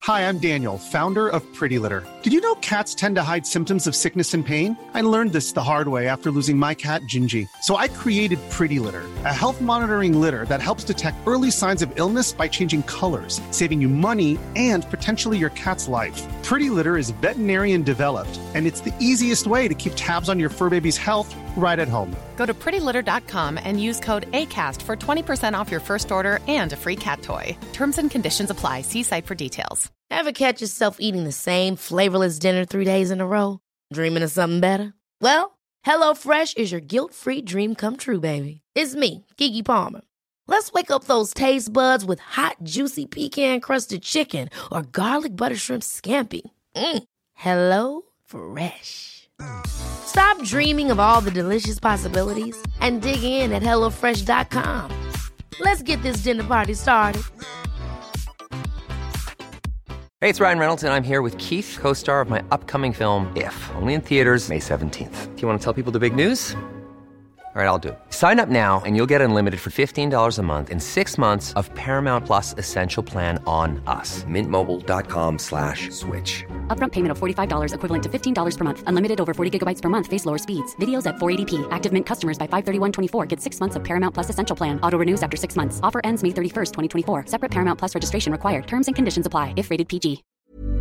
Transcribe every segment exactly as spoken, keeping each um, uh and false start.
Hi, I'm Daniel, founder of Pretty Litter. Did you know cats tend to hide symptoms of sickness and pain? I learned this the hard way after losing my cat, Gingy. So I created Pretty Litter, a health monitoring litter that helps detect early signs of illness by changing colors, saving you money and potentially your cat's life. Pretty Litter is veterinarian developed, and it's the easiest way to keep tabs on your fur baby's health right at home. Go to pretty litter dot com and use code ACAST for twenty percent off your first order and a free cat toy. Terms and conditions apply. See site for details. Ever catch yourself eating the same flavorless dinner three days in a row? Dreaming of something better? Well, HelloFresh is your guilt-free dream come true, baby. It's me, Keke Palmer. Let's wake up those taste buds with hot, juicy pecan-crusted chicken or garlic butter shrimp scampi. Mm. Hello Fresh. Stop dreaming of all the delicious possibilities and dig in at hello fresh dot com. Let's get this dinner party started. Hey, it's Ryan Reynolds, and I'm here with Keith, co-star of my upcoming film, If, only in theaters May seventeenth. Do you want to tell people the big news? All right, I'll do it. Sign up now and you'll get unlimited for fifteen dollars a month and six months of Paramount Plus Essential Plan on us. Mint Mobile dot com slash switch. Upfront payment of forty-five dollars equivalent to fifteen dollars per month. Unlimited over forty gigabytes per month. Face lower speeds. Videos at four eighty p. Active Mint customers by five thirty-one twenty-four get six months of Paramount Plus Essential Plan. Auto renews after six months. Offer ends May thirty-first, twenty twenty-four. Separate Paramount Plus registration required. Terms and conditions apply if rated P G.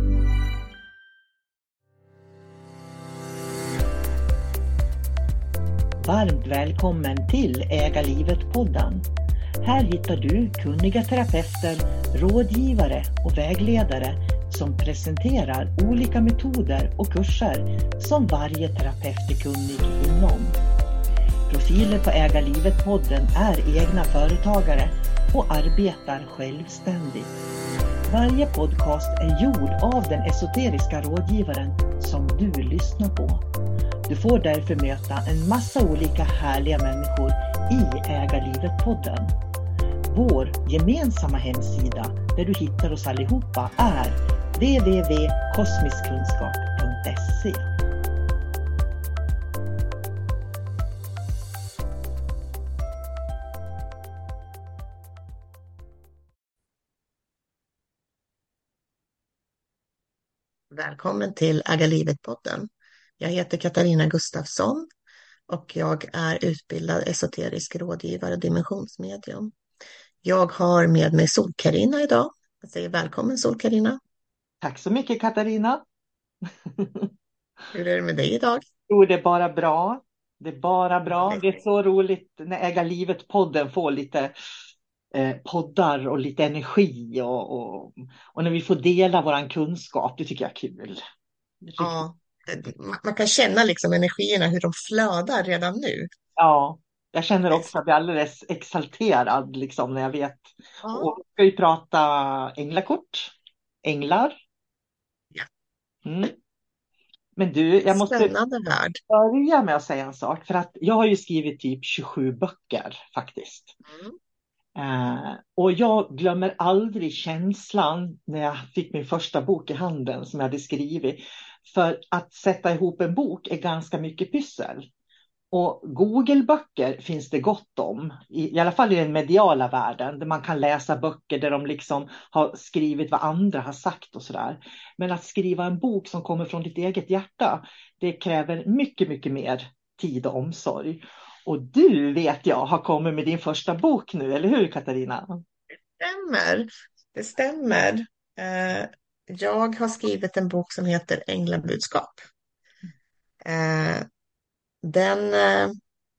Varmt välkommen till Äga livet-podden. Här hittar du kunniga terapeuter, rådgivare och vägledare som presenterar olika metoder och kurser som varje terapeut är kunnig inom. Profiler på Äga livet-podden är egna företagare och arbetar självständigt. Varje podcast är gjord av den esoteriska rådgivaren som du lyssnar på. Du får därför möta en massa olika härliga människor i Äga livet-podden. Vår gemensamma hemsida där du hittar oss allihopa är w w w punkt kosmiskkunskap punkt se. Välkommen till Äga livet-podden. Jag heter Katarina Gustafsson och jag är utbildad esoterisk rådgivare och dimensionsmedium. Jag har med mig Sol-Carina idag. Jag säger välkommen Sol-Carina. Tack så mycket Katarina. Hur är det med dig idag? Jo, det är bara bra. Det är bara bra. Det är så roligt när Äga livet-podden får lite eh, poddar och lite energi och, och, och när vi får dela våran kunskap. Det tycker jag är kul. Ja. Man kan känna liksom energierna, hur de flödar redan nu. Ja, jag känner också att jag är alldeles exalterad liksom, när jag vet. Ja. Och vi ska ju prata änglakort, änglar. Ja. Mm. Men du, jag måste Spännande värld. börja med att säga en sak. För att jag har ju skrivit typ tjugosju böcker faktiskt. Mm. Uh, och jag glömmer aldrig känslan när jag fick min första bok i handen som jag hade skrivit. För att sätta ihop en bok är ganska mycket pyssel. Och Google-böcker finns det gott om. I, i alla fall i den mediala världen. Där man kan läsa böcker där de liksom har skrivit vad andra har sagt och sådär. Men att skriva en bok som kommer från ditt eget hjärta. Det kräver mycket, mycket mer tid och omsorg. Och du vet jag har kommit med din första bok nu. Eller hur Katarina? Det stämmer. Det stämmer. Eh... Jag har skrivit en bok som heter Änglabudskap. Eh, den, eh,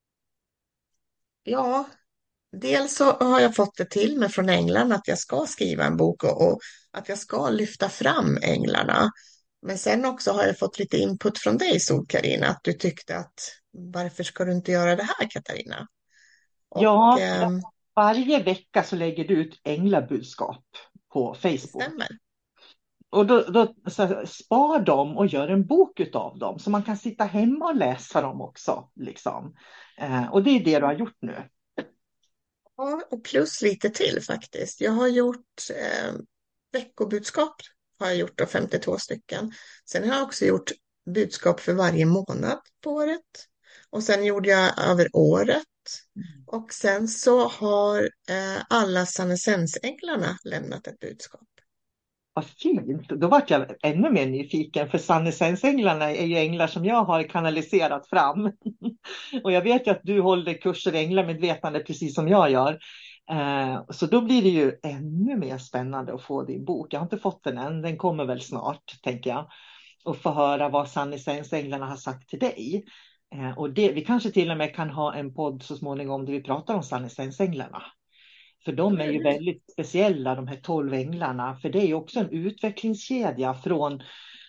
ja, dels så har jag fått det till mig från änglarna att jag ska skriva en bok och, och att jag ska lyfta fram änglarna. Men sen också har jag fått lite input från dig Sol-Carina, att du tyckte att varför ska du inte göra det här Katarina? Och, ja, eh, varje vecka så lägger du ut änglabudskap på Facebook. Stämmer. Och då, då så spar dem och gör en bok utav dem. Så man kan sitta hemma och läsa dem också. Liksom. Eh, och det är det du har gjort nu. Ja, och plus lite till faktiskt. Jag har gjort eh, veckobudskap. Har jag gjort av femtiotvå stycken. Sen har jag också gjort budskap för varje månad på året. Och sen gjorde jag över året. Mm. Och sen så har eh, alla sannescensänglarna lämnat ett budskap. Vad fint. Då var jag ännu mer nyfiken, för sanningsänglarna är ju änglar som jag har kanaliserat fram. Och jag vet ju att du håller kurser i änglamedvetande precis som jag gör. Eh, så då blir det ju ännu mer spännande att få din bok. Jag har inte fått den än, den kommer väl snart, tänker jag. Och få höra vad sanningsänglarna har sagt till dig. Eh, och det, vi kanske till och med kan ha en podd så småningom där vi pratar om sanningsänglarna. För de är ju väldigt speciella, de här tolv änglarna. För det är ju också en utvecklingskedja från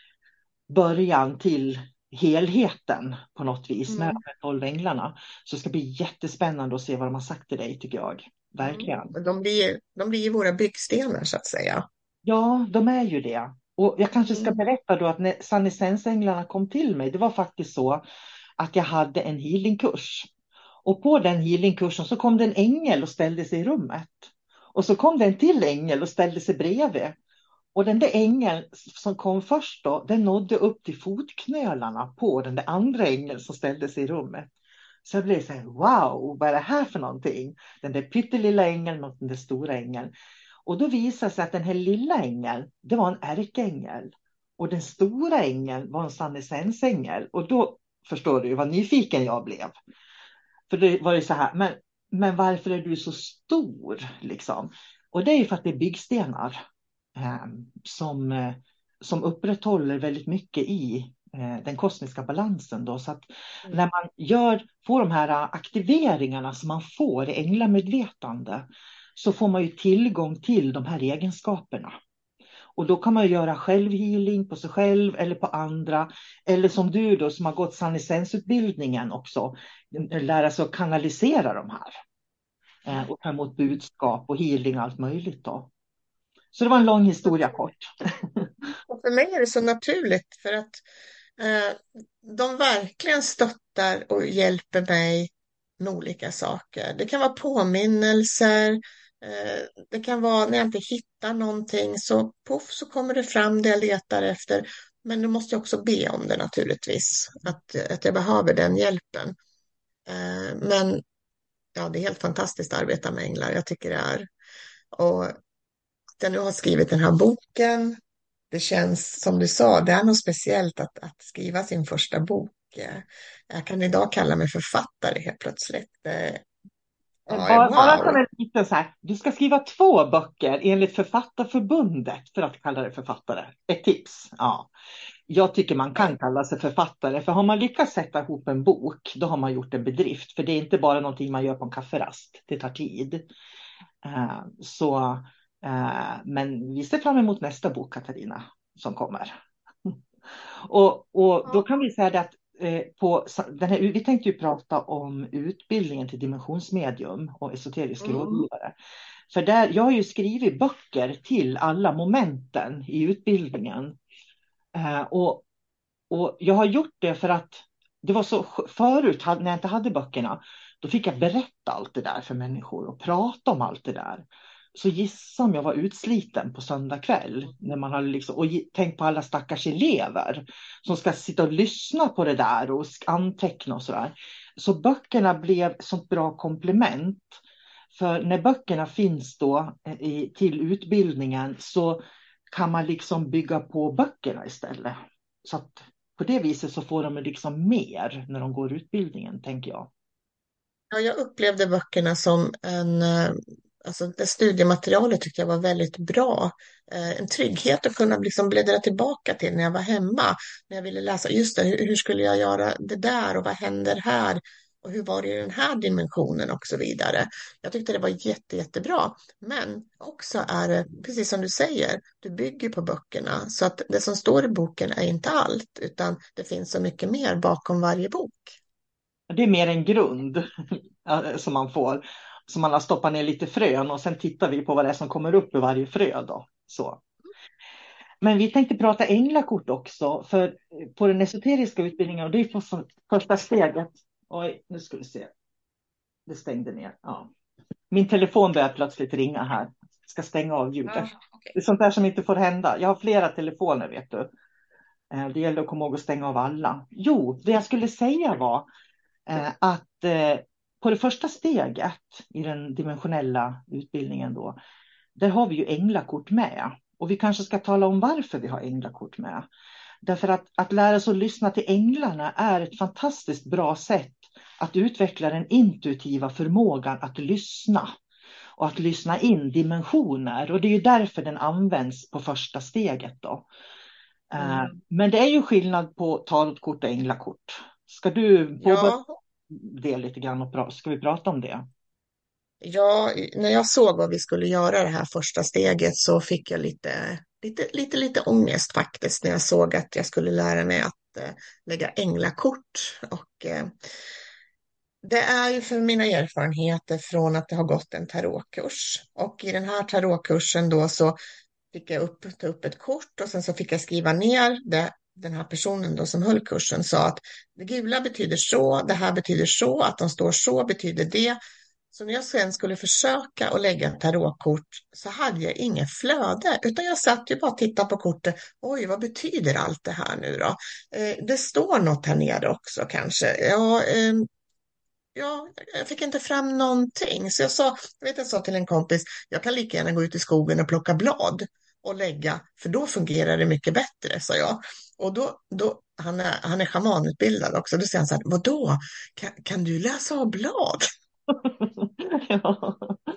början till helheten på något vis med mm. de här tolv änglarna. Så det ska bli jättespännande att se vad de har sagt till dig, tycker jag. Verkligen. Mm. De blir, de blir ju våra byggstenar, så att säga. Ja, de är ju det. Och jag kanske ska berätta då att när sanningsänglarna kom till mig, det var faktiskt så att jag hade en healingkurs. Och på den healingkursen så kom det en ängel och ställde sig i rummet. Och så kom det en till ängel och ställde sig bredvid. Och den där ängeln som kom först då, den nådde upp till fotknölarna på den där andra ängeln som ställde sig i rummet. Så jag blev så här, wow, vad är det här för någonting? Den där pyttelilla ängeln och den där stora ängeln. Och då visade sig att den här lilla ängeln, det var en ärkeängel. Och den stora ängeln var en sanningsängel. Och då förstår du vad nyfiken jag blev. För det var ju så här, men, men varför är du så stor liksom? Och det är ju för att det är byggstenar eh, som, eh, som upprätthåller väldigt mycket i eh, den kosmiska balansen då. Så att mm. när man gör, får de här aktiveringarna som man får i änglamedvetande, så får man ju tillgång till de här egenskaperna. Och då kan man göra självhealing på sig själv eller på andra. Eller som du då som har gått sanningsängsutbildningen också. Lära sig att kanalisera de här. Eh, och ta emot budskap och healing och allt möjligt då. Så det var en lång historia kort. Och för mig är det så naturligt, för att eh, de verkligen stöttar och hjälper mig med olika saker. Det kan vara påminnelser. Det kan vara när jag inte hittar någonting, så puff så kommer det fram det jag letar efter. Men du måste jag också be om det naturligtvis, att, att jag behöver den hjälpen. Men ja, det är helt fantastiskt att arbeta med änglar, jag tycker det är. Och att jag nu har skrivit den här boken, det känns som du sa, det är något speciellt att, att skriva sin första bok. Jag kan idag kalla mig författare helt plötsligt. Ja, bara, wow. bara som en liten så här, du ska skriva två böcker enligt Författarförbundet för att kalla det författare. Ett tips. Ja. Jag tycker man kan kalla sig författare, för har man lyckats sätta ihop en bok, då har man gjort en bedrift. För det är inte bara någonting man gör på en kafferast, det tar tid. Uh, så, uh, men vi ser fram emot nästa bok, Katarina, som kommer. och, och då kan vi säga att På den här, vi tänkte ju prata om utbildningen till dimensionsmedium och esoterisk mm. rådgivare. För där, jag har ju skrivit böcker till alla momenten i utbildningen. Eh, och, och jag har gjort det för att det var så förut när jag inte hade böckerna. Då fick jag berätta allt det där för människor och prata om allt det där. Så gissa om jag var utsliten på söndag kväll. När man hade liksom, och tänkt på alla stackars elever som ska sitta och lyssna på det där och anteckna och sådär. Så böckerna blev sånt bra komplement. För när böckerna finns då i, till utbildningen, så kan man liksom bygga på böckerna istället. Så att på det viset så får de liksom mer när de går utbildningen, tänker jag. Ja, jag upplevde böckerna som en... Alltså det studiematerialet tyckte jag var väldigt bra. Eh, en trygghet att kunna liksom bläddra tillbaka till när jag var hemma. När jag ville läsa, just det, hur, hur skulle jag göra det där och vad händer här? Och hur var det i den här dimensionen och så vidare. Jag tyckte det var jätte, jättebra. Men också är det, precis som du säger, du bygger på böckerna. Så att det som står i boken är inte allt, utan det finns så mycket mer bakom varje bok. Det är mer en grund som man får. Så man har stoppat ner lite frön och sen tittar vi på vad det är som kommer upp i varje frö då. Så. Men vi tänkte prata änglakort också, för på den esoteriska utbildningen, och det är på första steget. Oj, nu ska vi se. Det stängde ner. Ja. Min telefon börjar plötsligt ringa här. Jag ska stänga av ljudet. Ah, okay. Det är sånt där som inte får hända. Jag har flera telefoner, vet du. Det gäller att komma ihåg att stänga av alla. Jo, det jag skulle säga var att på det första steget i den dimensionella utbildningen då, där har vi ju änglakort med. Och vi kanske ska tala om varför vi har änglakort med. Därför att, att lära sig att lyssna till änglarna är ett fantastiskt bra sätt att utveckla den intuitiva förmågan att lyssna. Och att lyssna in dimensioner. Och det är ju därför den används på första steget då. Mm. Men det är ju skillnad på tarotkort och änglakort. Ska du påbörja ja. det lite grann och ska vi prata om det? Ja, när jag såg vad vi skulle göra det här första steget så fick jag lite, lite, lite, lite ångest faktiskt när jag såg att jag skulle lära mig att äh, lägga änglakort. Och äh, det är ju för mina erfarenheter från att det har gått en tarotkurs. Och i den här tarotkursen då så fick jag upp, ta upp ett kort och sen så fick jag skriva ner det. Den här personen då som höll kursen sa att det gula betyder så, det här betyder så, att de står så betyder det. Så när jag sen skulle försöka att lägga ett tarotkort så hade jag ingen flöde, utan jag satt ju bara och tittade på kortet. Oj, vad betyder allt det här nu då? Eh, det står något här nere också kanske. Ja, eh, ja, jag fick inte fram någonting. Så jag sa, jag vet jag sa till en kompis, jag kan lika gärna gå ut i skogen och plocka blad och lägga, för då fungerar det mycket bättre, sa jag. Och då, då han är, han är schamanutbildad också, då säger han så här, vadå? Kan, kan du läsa av blad? Ja.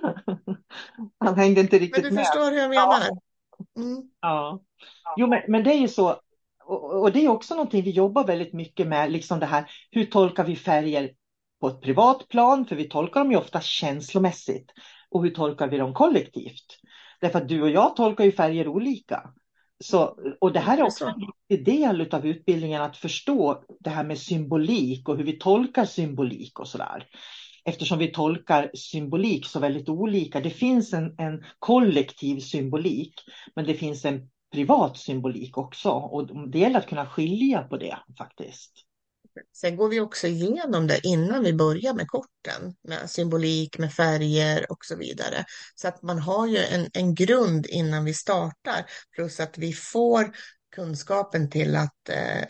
Han hängde inte riktigt med. Men du med. Förstår hur jag menar. Mm. Ja. Jo, men, men det är ju så, och, och det är också någonting vi jobbar väldigt mycket med, liksom det här, hur tolkar vi färger på ett privat plan, för vi tolkar dem ju ofta känslomässigt, och hur tolkar vi dem kollektivt? Därför att du och jag tolkar ju färger olika. Så, och det här är också en viktig del av utbildningen, att förstå det här med symbolik och hur vi tolkar symbolik och sådär. Eftersom vi tolkar symbolik så väldigt olika. Det finns en, en kollektiv symbolik, men det finns en privat symbolik också. Och det gäller att kunna skilja på det faktiskt. Sen går vi också igenom det innan vi börjar med korten, med symbolik, med färger och så vidare. Så att man har ju en, en grund innan vi startar, plus att vi får kunskapen till att eh,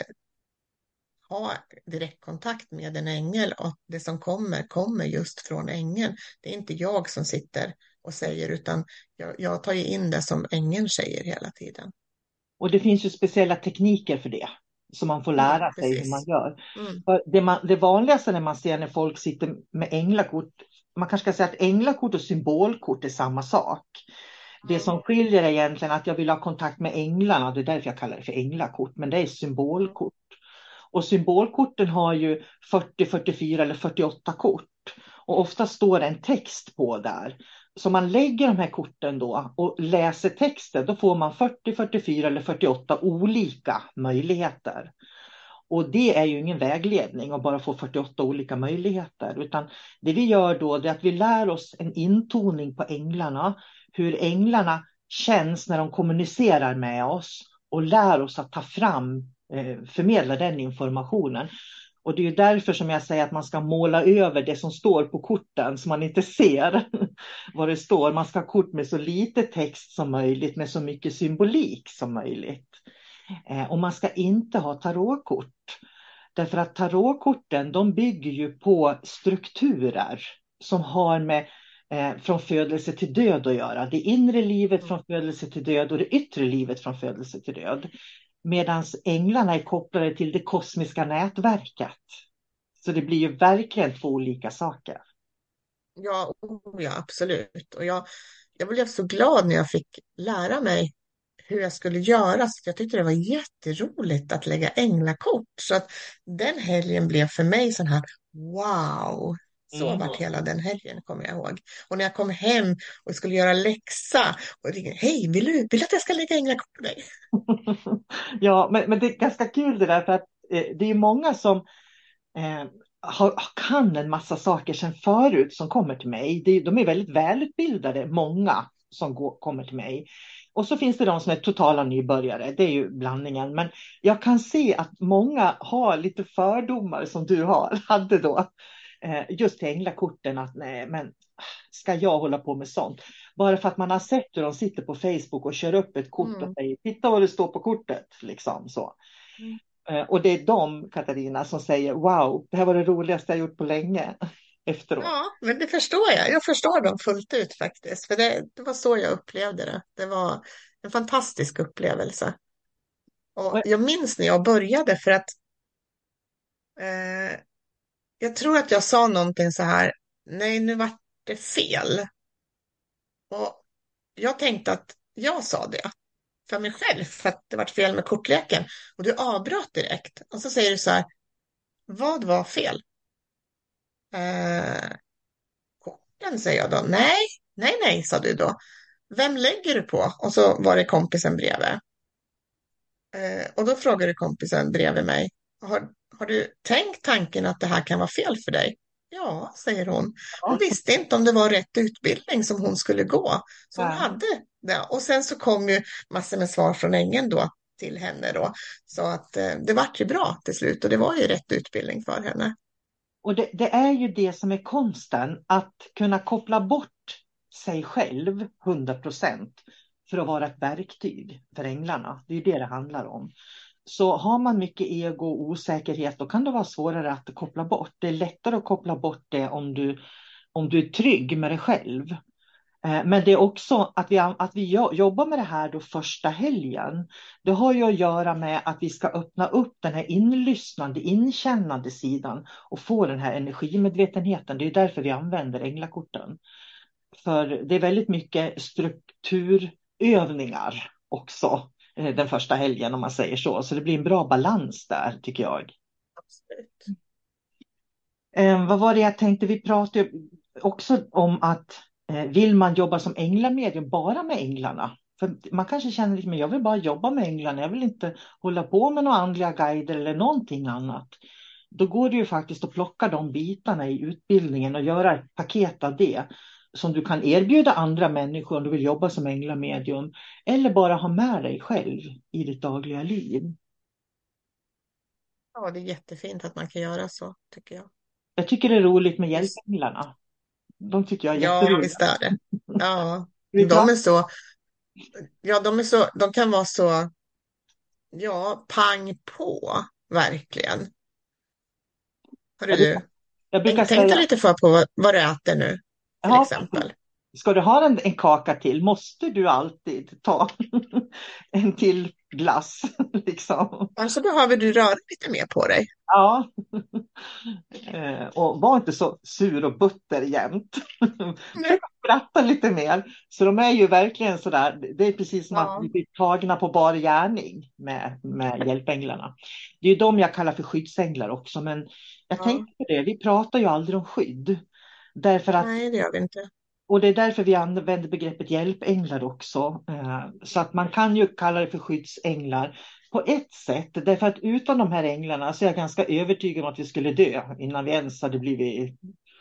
ha direktkontakt med en ängel, och det som kommer, kommer just från ängeln. Det är inte jag som sitter och säger, utan jag, jag tar ju in det som ängeln säger hela tiden. Och det finns ju speciella tekniker för det, som man får lära ja, sig hur man gör. Mm. För det, man, det vanligaste när man ser när folk sitter med änglakort, man kanske ska säga att änglakort och symbolkort är samma sak. Det som skiljer är egentligen att jag vill ha kontakt med änglarna, det är därför jag kallar det för änglakort, men det är symbolkort. Och symbolkorten har ju fyrtio, fyrtiofyra eller fyrtioåtta kort. Och ofta står det en text på där. Så man lägger de här korten då och läser texten, då får man fyrtio, fyrtiofyra eller fyrtioåtta olika möjligheter. Och det är ju ingen vägledning att bara få fyrtioåtta olika möjligheter. Utan det vi gör då är att vi lär oss en intoning på änglarna. Hur änglarna känns när de kommunicerar med oss. Och lär oss att ta fram, eh, förmedla den informationen. Och det är ju därför som jag säger att man ska måla över det som står på korten, så man inte ser vad det står. Man ska ha kort med så lite text som möjligt, med så mycket symbolik som möjligt. Eh, och man ska inte ha tarotkort. Därför att tarotkorten, de bygger ju på strukturer som har med eh, från födelse till död att göra. Det inre livet från födelse till död och det yttre livet från födelse till död. Medan änglarna är kopplade till det kosmiska nätverket. Så det blir ju verkligen två olika saker. Ja, ja absolut. Och jag, jag blev så glad när jag fick lära mig hur jag skulle göra. Så jag tyckte det var jätteroligt att lägga änglakort. Så att den helgen blev för mig sån här, wow. Så mm. vart hela den helgen, kommer jag ihåg. Och när jag kom hem och skulle göra läxa och ringde, hej, vill du, vill du att jag ska lägga änglakort på dig? Ja, men, men det är ganska kul det där, för att eh, det är många som eh, har, kan en massa saker sedan förut som kommer till mig. Det, de är väldigt välutbildade, många som går, kommer till mig. Och så finns det de som är totala nybörjare, det är ju blandningen. Men jag kan se att många har lite fördomar som du har, hade då. Just till änglakorten, att nej, men ska jag hålla på med sånt? Bara för att man har sett hur de sitter på Facebook och kör upp ett kort mm. och säger, titta vad det står på kortet. Liksom så. Mm. Och det är de, Katarina, som säger, wow, det här var det roligaste jag gjort på länge. Efteråt. Ja, men det förstår jag. Jag förstår dem fullt ut faktiskt. För det, det var så jag upplevde det. Det var en fantastisk upplevelse. Och Och- jag minns när jag började för att eh, jag tror att jag sa någonting så här, nej nu vart det fel. Och jag tänkte att jag sa det för mig själv för att det vart fel med kortleken. Och du avbröt direkt. Och så säger du så här, vad var fel? Eh, korten, säger jag då. Nej, nej, nej, sa du då. Vem lägger du på? Och så var det kompisen bredvid. Eh, och då frågade kompisen bredvid mig, har, har du tänkt tanken att det här kan vara fel för dig? Ja, säger hon. Hon visste inte om det var rätt utbildning som hon skulle gå. Så hon Ja. hade det. Och sen så kom ju massor med svar från ängeln då till henne då. Så att eh, det vart ju bra till slut och det var ju rätt utbildning för henne. Och det, det är ju det som är konsten, att kunna koppla bort sig själv hundra procent för att vara ett verktyg för änglarna. Det är ju det det handlar om. Så har man mycket ego och osäkerhet, då kan det vara svårare att koppla bort. Det är lättare att koppla bort det om du, om du är trygg med dig själv. Eh, Men det är också att vi, att vi jo- jobbar med det här då första helgen. Det har ju att göra med att vi ska öppna upp den här inlyssnande, inkännande sidan och få den här energimedvetenheten. Det är därför vi använder änglakorten. För det är väldigt mycket strukturövningar också eh, den första helgen, om man säger så. Så det blir en bra balans där, tycker jag. Absolut. Eh, vad var det jag tänkte? Vi pratade också om att eh, vill man jobba som änglamedium bara med änglarna? För man kanske känner att jag vill bara jobba med änglarna. Jag vill inte hålla på med några andliga guider eller någonting annat. Då går det ju faktiskt att plocka de bitarna i utbildningen och göra ett paket av det som du kan erbjuda andra människor om du vill jobba som änglamedium. Eller bara ha med dig själv i ditt dagliga liv. Ja, det är jättefint att man kan göra så, tycker jag. Jag tycker det är roligt med hjälpänglarna. De tycker jag är Ja, jätteroliga. visst är det. Ja, Vi de är så, ja, de är så, de kan vara så, ja, pang på, verkligen. Hörru Jag du, brukar, jag brukar tänk, tänk dig säga, lite för på vad, vad du äter nu, till ja, exempel. ska du ha en, en kaka till måste du alltid ta en till glass. Liksom. Alltså behöver du röra lite mer på dig. Ja. Eh, och var inte så sur och butter jämt. Försök att skratta lite mer. Så de är ju verkligen sådär. Det är precis som Ja. att vi blir tagna på bar gärning med, med hjälpänglarna. Det är ju de jag kallar för skyddsänglar också. Men jag Ja. tänkte på det. Vi pratar ju aldrig om skydd. Därför att Nej, det gör vi inte. Och det är därför vi använder begreppet hjälpänglar också. Eh, Så att man kan ju kalla det för skyddsänglar på ett sätt. Därför att utan de här änglarna så är jag ganska övertygad om att vi skulle dö innan vi ens hade blivit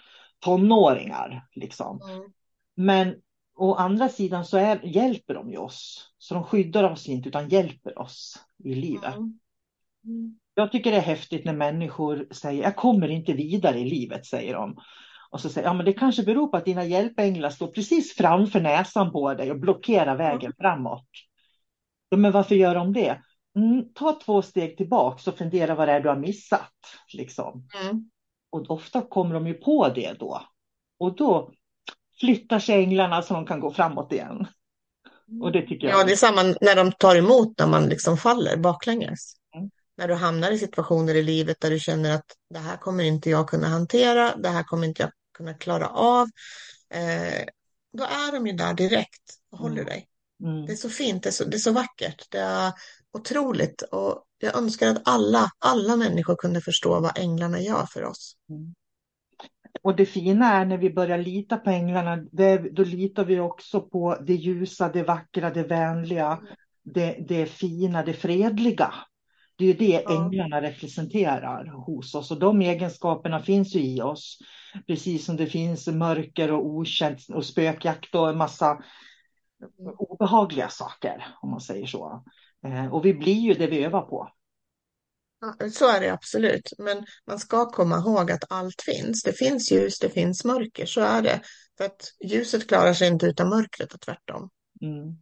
tonåringar. Liksom. Mm. Men å andra sidan så är, hjälper de ju oss. Så de skyddar oss inte utan hjälper oss i livet. Mm. Mm. Jag tycker det är häftigt när människor säger jag kommer inte vidare i livet, säger de. Och så säger ja men det kanske beror på att dina hjälpänglar står precis framför näsan på dig och blockerar vägen framåt. Ja, men varför gör de det? Mm, ta två steg tillbaka och fundera vad det är du har missat. Liksom. Mm. Och ofta kommer de ju på det då. Och då flyttar sig änglarna så de kan gå framåt igen. Och det tycker jag. Ja, det är samma när de tar emot när man liksom faller baklänges. Mm. När du hamnar i situationer i livet där du känner att det här kommer inte jag kunna hantera, det här kommer inte jag kunna klara av. Eh, då är de ju där direkt och håller Mm. dig. Mm. Det är så fint, det är så, det är så vackert, det är otroligt och jag önskar att alla, alla människor kunde förstå vad änglarna gör för oss. Mm. Och det fina är när vi börjar lita på änglarna, det, då litar vi också på det ljusa, det vackra, det vänliga, det, det fina, det fredliga. Det är ju det Ja. änglarna representerar hos oss och de egenskaperna finns ju i oss. Precis som det finns mörker och okänt och spökjakt och en massa obehagliga saker, om man säger så. Eh, och vi blir ju det vi övar på. Ja, så är det absolut, men man ska komma ihåg att allt finns. Det finns ljus, det finns mörker, så är det. För att ljuset klarar sig inte utan mörkret och tvärtom. Mm.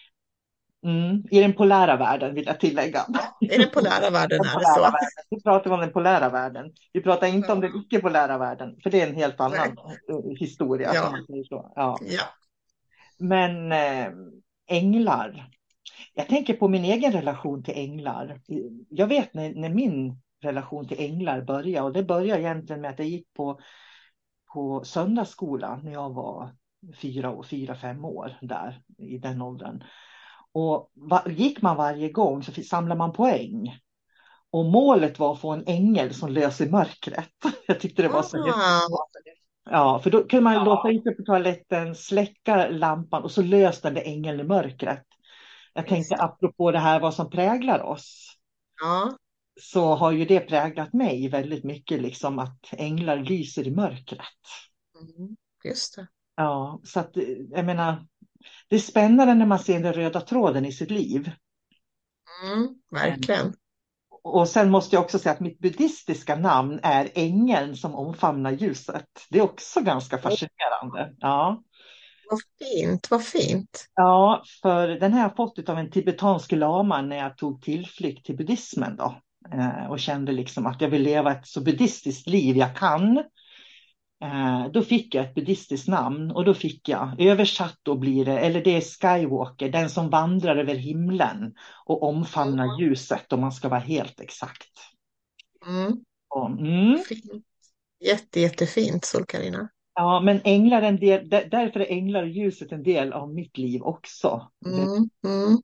Mm. I den polära världen vill jag tillägga. I den polära världen Den är det polära så. världen. Vi pratar om den polära världen. Vi pratar inte Ja. om den icke-polära världen. För det är en helt annan eh, historia. Ja. Som man säger så. Ja. Ja. Men eh, änglar. Jag tänker på min egen relation till änglar. Jag vet när, när min relation till änglar började, och det började egentligen med att jag gick på, på söndagsskolan när jag var fyra, fyra, fem år där i den åldern. Och va, gick man varje gång så samlade man poäng. Och målet var att få en ängel som löser mörkret. Jag tyckte det var så häftigt. Ja, för då kunde man ja. låta ut på toaletten, släcka lampan och så löste den ängeln i mörkret. Jag tänkte apropå det här vad som präglar oss. Ja. Så har ju det präglat mig väldigt mycket, liksom att änglar lyser i mörkret. Mm, just det. Ja, så att jag menar, det är spännande när man ser den röda tråden i sitt liv. Mm, verkligen. Och sen måste jag också säga att mitt buddhistiska namn är ängeln som omfamnar ljuset. Det är också ganska fascinerande. Ja. Vad fint, vad fint. Ja, för den här har jag fått av en tibetansk lama när jag tog tillflykt till buddhismen då. Och kände liksom att jag vill leva ett så buddhistiskt liv jag kan. Då fick jag ett buddhistiskt namn och då fick jag översatt då blir det, eller det är Skywalker, den som vandrar över himlen och omfamnar mm. ljuset, om man ska vara helt exakt. Mm. Och, mm. Fint. Jätte, jättefint, Sol-Carina. Ja, men änglar en del, därför är änglar och ljuset en del av mitt liv också. Mm. Mm.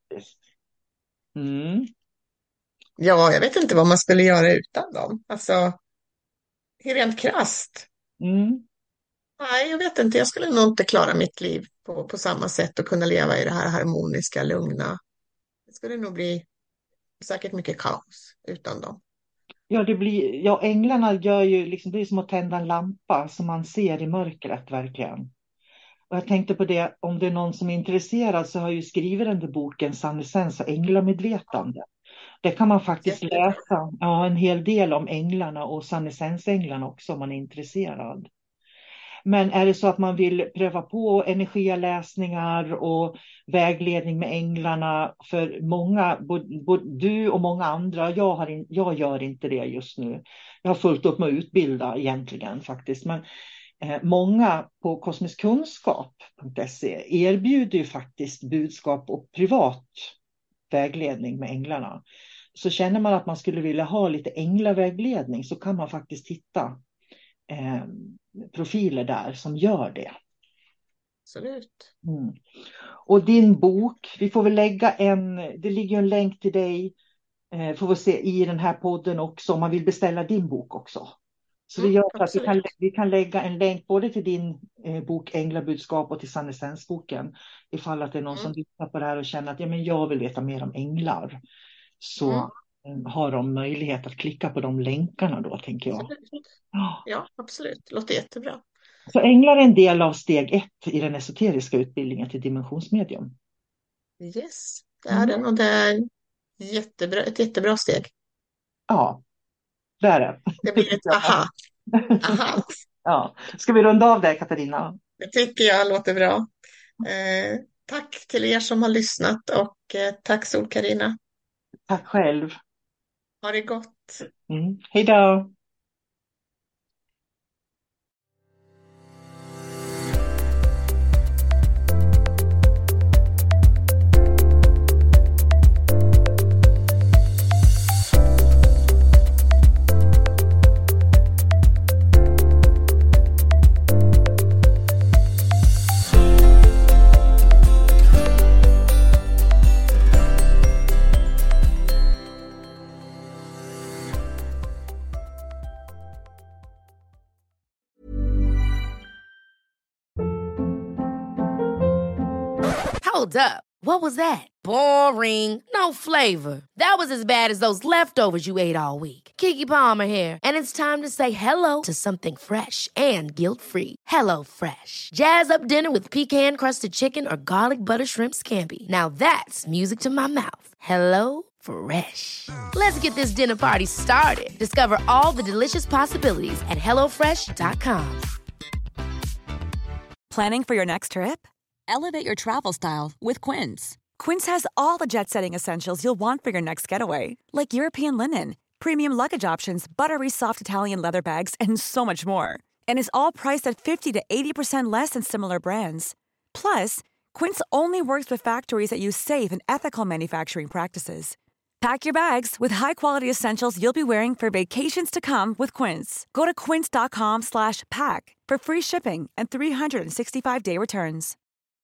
Mm. Ja, jag vet inte vad man skulle göra utan dem. Alltså, rent krasst. Mm. Nej, jag vet inte. Jag skulle nog inte klara mitt liv på, på samma sätt och kunna leva i det här harmoniska, lugna. Det skulle nog bli säkert mycket kaos utan dem. Ja, det blir, ja, änglarna gör ju liksom, det är som att tända en lampa som man ser i mörkret verkligen. Och jag tänkte på det, om det är någon som är intresserad så har jag ju skrivit den där boken Sann essens och änglamedvetande. Det kan man faktiskt läsa ja, en hel del om änglarna och sann essens-änglarna också om man är intresserad. Men är det så att man vill pröva på energiläsningar och vägledning med änglarna för många, både du och många andra, jag, har in, jag gör inte det just nu. Jag har fullt upp med att utbilda egentligen faktiskt. Men eh, många på kosmiskkunskap punkt se erbjuder ju faktiskt budskap och privat vägledning med änglarna. Så känner man att man skulle vilja ha lite änglavägledning så kan man faktiskt hitta eh, profiler där som gör det. Absolut. Mm. Och din bok, vi får väl lägga en, det ligger en länk till dig, eh, får vi se i den här podden också om man vill beställa din bok också. Så det gör mm, att vi kan, vi kan lägga en länk både till din eh, bok Änglabudskap och till Sann essens-boken. Ifall att det är någon mm. som lyssnar på det här och känner att ja, men jag vill veta mer om änglar. Så mm. eh, har de möjlighet att klicka på de länkarna då, tänker jag. Ja, ja absolut. Det låter jättebra. Så änglar är en del av steg ett i den esoteriska utbildningen till dimensionsmedium. Yes, det är mm. den och det är jättebra, ett jättebra steg. Ja, det är det. Det blir ett aha. aha. Ja. Ska vi runda av där, Katarina? Det tycker jag låter bra. Eh, tack till er som har lyssnat och eh, tack Sol-Carina. Tack själv. Ha det gott. Mm. Hej då. Hold up. What was that? Boring. No flavor. That was as bad as those leftovers you ate all week. Keke Palmer here, and it's time to say hello to something fresh and guilt-free. Hello Fresh. Jazz up dinner with pecan-crusted chicken or garlic butter shrimp scampi. Now that's music to my mouth. Hello Fresh. Let's get this dinner party started. Discover all the delicious possibilities at hello fresh dot com. Planning for your next trip? Elevate your travel style with Quince. Quince has all the jet-setting essentials you'll want for your next getaway, like European linen, premium luggage options, buttery soft Italian leather bags, and so much more. And is all priced at fifty to eighty percent less than similar brands. Plus, Quince only works with factories that use safe and ethical manufacturing practices. Pack your bags with high-quality essentials you'll be wearing for vacations to come with Quince. Go to quince dot com slash pack for free shipping and three sixty-five day returns.